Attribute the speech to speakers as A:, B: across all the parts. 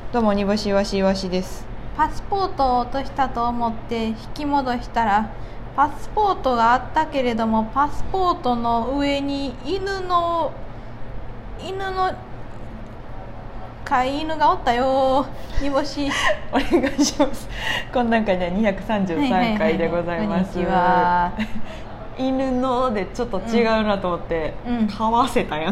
A: どうも煮干しいわしいわしです。
B: パスポートを落としたと思って引き戻したら、パスポートがあったけれども、パスポートの上に犬の飼い犬がおったよ。煮干し
A: お願いします。今段階では233回でございます。
B: こんにちは。
A: 犬のでちょっと違うなと思って、買わせたやん。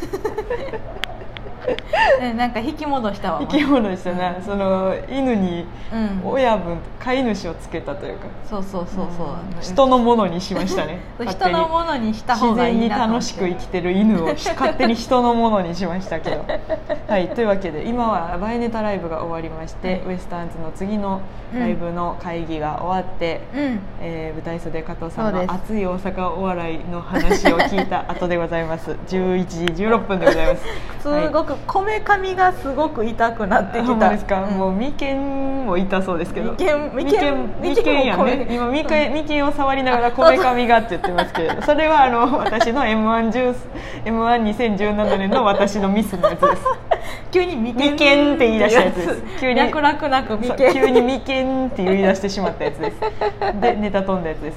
B: なんか引き戻したわ。
A: 引き戻したな、その犬に親分、飼い主をつけたというか、
B: そう、
A: 人のものにしましたね。
B: 人のものにした方がいいなと思って。
A: 自然に楽しく生きてる犬を勝手に人のものにしましたけどはい、というわけで今はバイネタライブが終わりまして、ウエスタンズの次のライブの会議が終わって、舞台袖加藤さんの熱い大阪お笑いの話を聞いた後でございます11時16分でございます
B: すごくこめかみがすごく痛くなってきた。
A: ですか、もう眉間も痛そうですけど、
B: 眉間
A: やね。今眉間を触りながらこめかみがって言ってますけど、それは私の M12017 年の私のミスのやつです。
B: 急に眉
A: 間って言い出したやつです。急に
B: 脈絡なく眉間、
A: 急に眉間って言い出してしまったやつです。でネタ飛んだやつです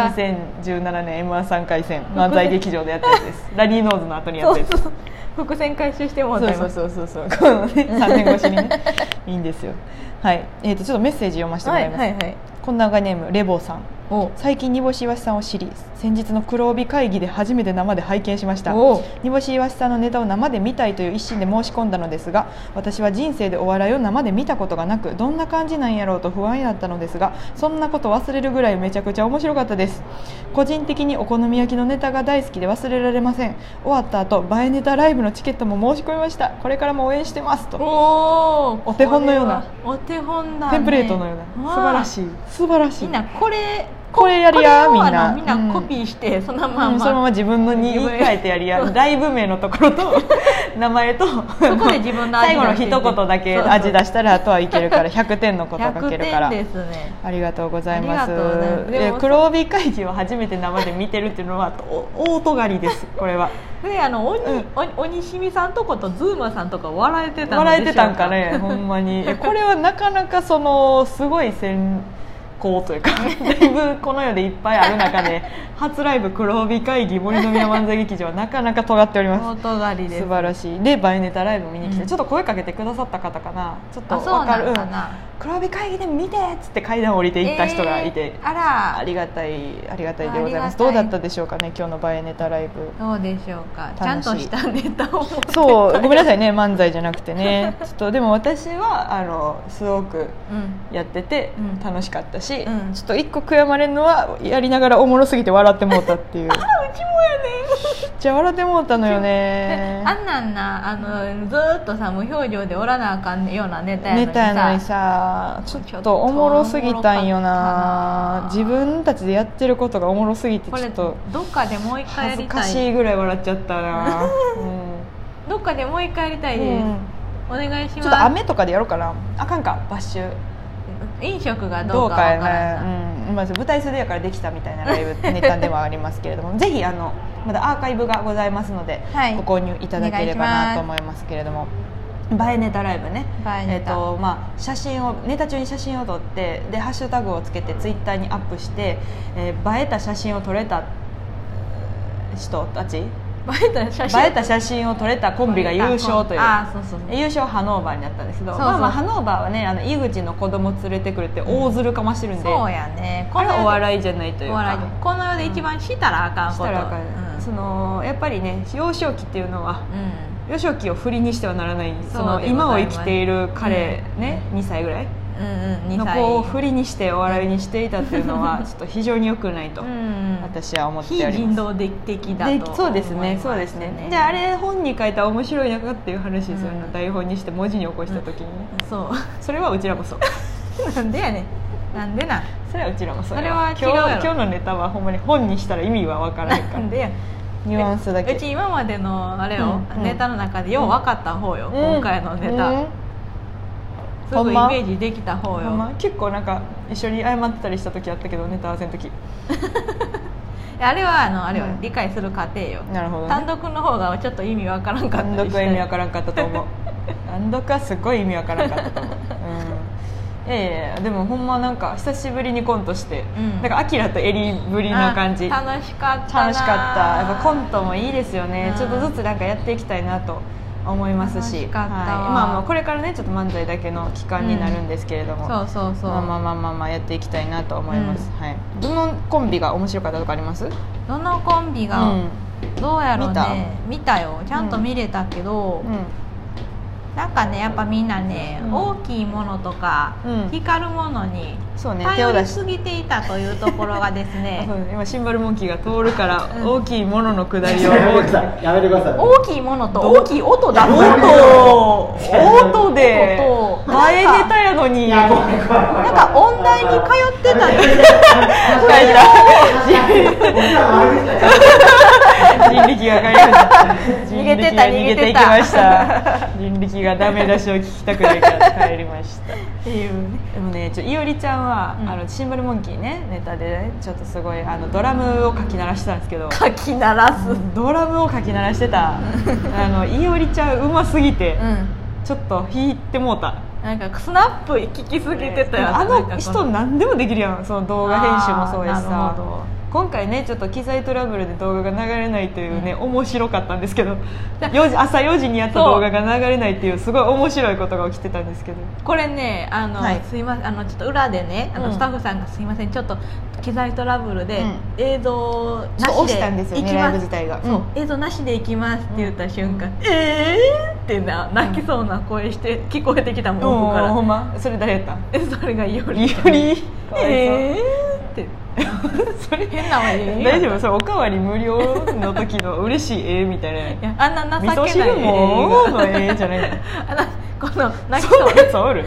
A: 。2017年 M1 3回戦漫才劇場でやったやつです。ラニーノーズの後にやったやつです。
B: 伏線回収してもらってます。
A: そうこのね3年越しにねいいんですよ。はい、ちょっとメッセージ読ませてもらいます。こんなネームレボーさん。最近煮干しいわしさんを知り、先日の黒帯会議で初めて生で拝見しました。煮干しいわしさんのネタを生で見たいという一心で申し込んだのですが、私は人生でお笑いを生で見たことがなく、どんな感じなんやろうと不安になったのですが、そんなこと忘れるぐらいめちゃくちゃ面白かったです。個人的にお好み焼きのネタが大好きで忘れられません。終わった後バイネタライブのチケットも申し込みました。これからも応援してますと。お手本のような、
B: お手本だね、
A: テンプレートのような、素晴らしい素晴らしい。
B: みんな
A: これやりや、みんな
B: コピーして、そのまま
A: そのまま自分のに言い換えてやりや。ライブ名のところと名前と、そ
B: こで自分の
A: 最後の一言だけ味出したらあとはいけるから100点のことが書けるから。
B: 100点ですね。
A: ありがとうございます。黒帯会議を初めて生で見てるっていうのは大尖りです。これは
B: で鬼しみさんとことズーマさんとか笑えてた
A: んかね。ほんまにこれはなかなかすごい先行というか、だいぶこの世でいっぱいある中で初ライブ黒帯会議森の宮漫才劇場はなかなか尖っております。
B: 大尖りです。
A: 素晴らしい。でバイネタライブ見に来て、ちょっと声かけてくださった方かな、ちょっと分かる。黒帯会議で見てっつって階段降りていった人がいて、ありがたいでございます。どうだったでしょうかね、今日のバイネタライブ。
B: どうでしょうか。ちゃんとしたネタを。
A: そうごめんなさいね、漫才じゃなくてね。ちょっとでも私はすごくやってて楽しかったし、ちょっと一個悔やまれるのはやりながらおもろすぎて笑ってもうたっていう。
B: うちもやね。
A: じゃあ笑ってもうたのよね。
B: あんなんな、ずっとさ無表情でおらなあかんようなネタや
A: のにさ、ちょっとおもろすぎたんよな。自分たちでやってることがおもろすぎて、ちょっと
B: どっかでもう一回やりたい。
A: 恥ずかしいぐらい笑っちゃったな。
B: どっかでもう一回やりたいです。お願いします。
A: ちょっと雨とかでやろうかな。あかんか、バッシュ
B: 飲食がどうかわからんな。
A: 舞台袖やからできたみたいなライブネタではありますけれどもぜひまだアーカイブがございますので、ご購入いただければなと思いますけれども、バイネタライブね、写真をネタ中に写真を撮って、でハッシュタグをつけてツイッターにアップして、映えた写真を撮れた人たち、映えた写真を撮れたコンビが優勝という、優勝ハノーバーになったんですけど、ハノーバーはね、井口の子供連れてくるって大ずるかましてるんで、
B: そうやね、
A: これはお笑いじゃないというか、
B: この世で一番したらあかんこと、
A: やっぱりね、幼少期っていうのは、幼少期を振りにしてはならない、今を生きている彼ね、2歳ぐらいの子を振りにしてお笑いにしていたっていうのはちょっと非常に良くないと私は思っております。
B: 非人道的だと思います。
A: そうですね。じゃああれ本に書いたら面白いのかっていう話ですよね、台本にして文字に起こした時にね。それはうちらもそう
B: なんでやねん、なんでなん。
A: それはうちらもそう。
B: それは違うやろ。
A: 今日のネタはほんまに本にしたら意味は分からへんから。
B: なんでや。
A: ニュアンスだけ。
B: うち今までのあれをネタの中でよう分かった方よ。今回のネタ。すぐイメージできた方よ。
A: 結構なんか一緒に謝ってたりした時あったけど、ネタ合わせの時
B: あれは理解する過程よ。
A: なるほど、
B: 単独の方がちょっと意味わからんかったりして。
A: 単独は意味わからんかったと思う何度かすごい意味わからなかったと思う、いやでもほんまなんか久しぶりにコントして、なんかアキラとエリぶりの感じ、
B: 楽しかった
A: やっぱコントもいいですよね、ちょっとずつなんかやっていきたいなと思いますし、まあこれからねちょっと漫才だけの期間になるんですけれども、まあやっていきたいなと思います、どのコンビが面白かったとかあります？
B: どのコンビが、どうやろうね、見たよ、ちゃんと見れたけど、なんかねやっぱみんなね、大きいものとか、光るものに頼りすぎていたというところがですね
A: 今シンバルモンキーが通るから大きいものの下りを
C: やめてください。
B: 大きいものと大きい音だ
A: 音で前ネタやのになん
B: か音大に通ってたんですよ
A: 人力が逃げていきました人力がダメ出しを聞きたくないから帰りましたっていうね。でもねいおりちゃんは、シンバルモンキーねネタで、ね、ちょっとすごいドラムをかき鳴らしてたんですけど、
B: かき鳴らす
A: ドラムをかき鳴らしてたいおりちゃんうますぎて、ちょっと弾いてもうた。
B: なんかスナップ聞きすぎてたよ、
A: 人何でもできるやん、その動画編集もそうやしさ。今回ねちょっと機材トラブルで動画が流れないというね、面白かったんですけど朝4時にやった動画が流れないっていうすごい面白いことが起きてたんですけど、
B: これねすいませんちょっと裏でねスタッフさんがすいませんちょっと機材トラブルで映像なしで行きます、映像なしで行きますって言った瞬間、って泣きそうな声して聞こえてきたもん、奥から。
A: ほんまそれ誰やったん？
B: それがいおりって
A: それ変な大丈夫？それおかわり無料の時の嬉しいみたいな。いや
B: あんな情けない
A: 味噌汁ものじゃないの
B: この泣きそう
A: なやつおる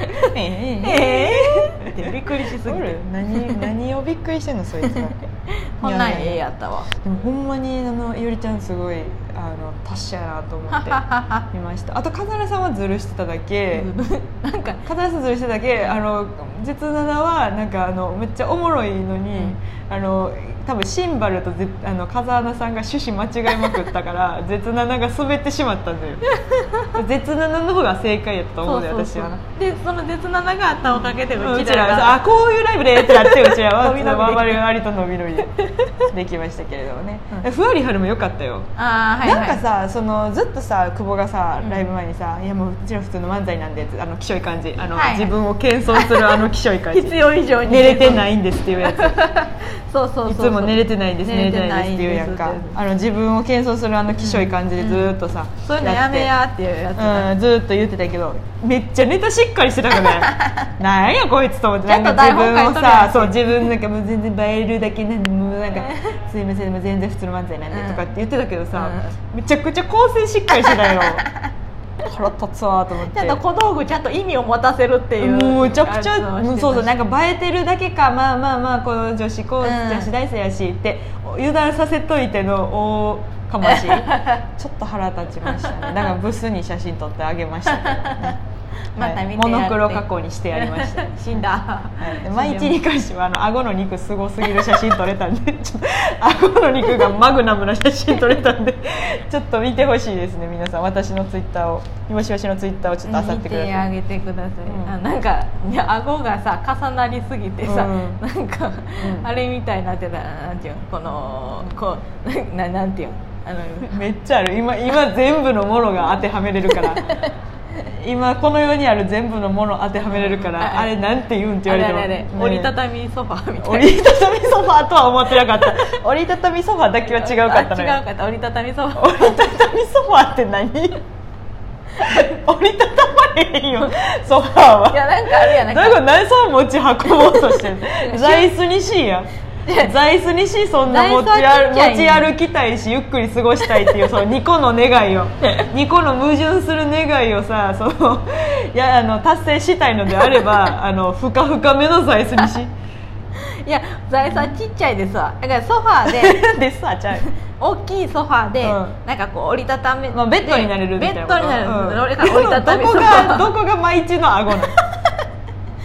B: ってびっくりしすぎて
A: 何をびっくりしてんのそいつは
B: こんなんやったわ。
A: でもほんまにいおりちゃんすごい達者やなと思って見ました。あと風間さんはズルしてただけなんか風間さんズルしてただけ実7はなんかめっちゃおもろいのに、多分シンバルと風穴さんが趣旨間違えまくったから絶7が滑ってしまったんだよ絶7の方が正解やったと思うんだよ私は。で
B: その絶7があったおかげでうちらが
A: こういうライブでってなってうちらは割と伸び伸びでできましたけれどもね、ふわりはるも良かったよ。なんかさずっとさ久保がさライブ前にさ、いやもううちら普通の漫才なんできしょい感じ自分を謙遜するきしょい感じ
B: 必要以上に
A: 寝れてないんですっていうやつ
B: そう
A: いつも寝れてないですっていうやんか、自分を謙遜するきしょい感じでずっとさ、
B: そういうのやめやっていうやつ、
A: ずっと言ってたけどめっちゃネタしっかりしてたからねなんやこいつと思って、なんか自分をさ自分なんかもう全然映えるだけなんでもうなんかすいませんでも全然普通の漫才なんでとかって言ってたけどさ、めちゃくちゃ構成しっかりしてたよ腹立つわと思って、
B: ちゃんと小道具ちゃんと意味を持たせるっていう
A: もうめちゃくちゃそうなんか映えてるだけか、まあこの女子大生やしって油断させといての大かましちょっと腹立ちましたね。だからブスに写真撮ってあげましたけどね
B: また見て
A: モノクロ加工にしてやりました、
B: 死んだ、
A: 毎日に関しては顎の肉すごすぎる写真撮れたんでちょっと顎の肉がマグナムな写真撮れたんでちょっと見てほしいですね皆さん。私のツイッターをいわしわしのツイッターをちょっと漁ってください。
B: 見てあげてください、なんか顎がさ重なりすぎてさ、なんか、あれみたいになってたなんていうのなんていうの
A: めっちゃある今全部のものが当てはめれるから今この世にある全部のもの当てはめれるから、あれなんて言うんって言われても
B: 折りたたみソファーみたいな。
A: 折りたたみソファーとは思ってなかった折りたたみソファーだけは違うかったのよ。
B: 違うかった。折りたたみソファー
A: 折りたたみソファーって何折りたたまれへんよソファーは。
B: いやなんかあるやん、
A: だから何そう持ち運ぼうとしてる座椅子にしいや座椅子にしそんな持ち歩きたいしゆっくり過ごしたいっていうその2個の願いを2個の矛盾する願いをさ達成したいのであればふかふかめの座椅子にし
B: いや座椅子はちっちゃいですわ。だからソファーで
A: ですわちゃう
B: 大きいソファーで、なんかこう折りたため、
A: ベッドになれるみたいな
B: ベッドになる、折りたたみソファー
A: どこが毎日の顎なの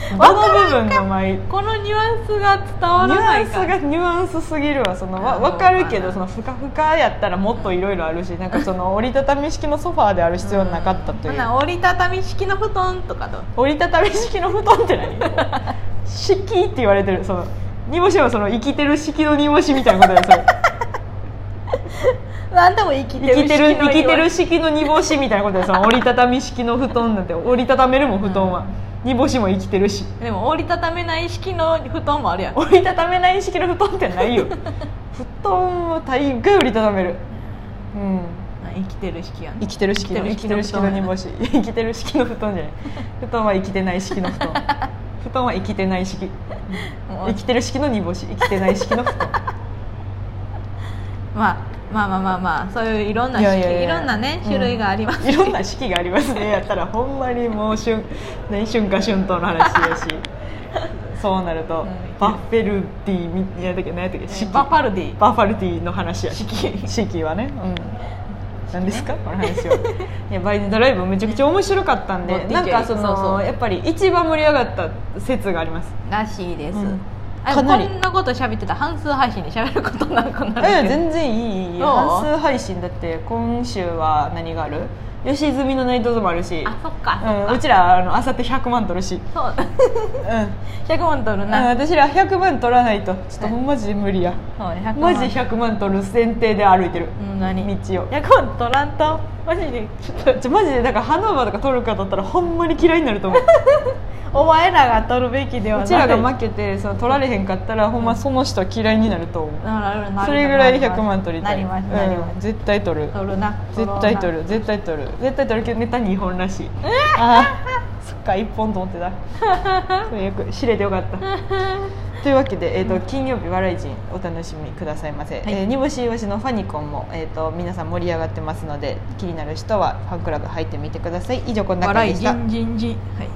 A: どの部分が
B: このニュアンスが伝わらないか。
A: ニュアンスすぎるわ。その分かるけど、そのふかふかやったらもっといろいろあるし、なんかその折りたたみ式のソファーである必要なかったという、
B: 折りたたみ式の布団とかと
A: 折りたたみ式の布団って何式って言われてる。その煮干しはその生きてる式の煮干しみたいなことだよそれ
B: なんでも生きてる
A: 式の煮干しみたいなことで、その折りたたみ式の布団なんて折りたためるもん布団は、煮干しも生きてるし。
B: でも折りたためない式の布団もあるやん。
A: 折りたためない式の布団ってないよ布団は大概折りたためる。
B: 生きてる式やん。
A: 生きてる式の煮干し生きてる式の布団じゃない布団は生きてない式の布団布団は生きてない式生きてる式の煮干し、生きてない式の布団
B: まあそういういろんな式、いろんなね種類があります、
A: いろんな式がありますね。やったらほんまにもう春夏春冬の話やしそうなると、バッフェルディ何やったっけ式、
B: バファルデ
A: ィの話や式はね、何ですかこの話は。いやバイデンドライブめちゃくちゃ面白かったんで、なんかそのやっぱり一番盛り上がった説があります
B: らしいです。こんなこと喋ってたら半数配信で喋ることなくなる。
A: 全然いい半数配信だって。今週は何がある？吉住のナイトズもあるし、
B: そっか、
A: うちらあさって100万取るし、
B: そう100万取るな。
A: 私ら100万取らないとちょっとマジで無理や。マジ100万取る前提で歩いてる道を。
B: 100万取らんとマジで
A: マジでだからハノーバーとか取るかだったらほんまに嫌いになると思う
B: お前らが取るべきではない。
A: うちらが負けてその取られへんかったら、ほんまその人は嫌いになると思う。それぐらい100万取りたい。絶対取る。絶対取るけどネタ2本らしい。そっか1本と思ってたそれよく知れてよかったというわけで、金曜日笑い人お楽しみくださいませ。煮干しいわしのファニコンも、皆さん盛り上がってますので、気になる人はファンクラブ入ってみてください。以上こんな感じでした。
B: 笑い人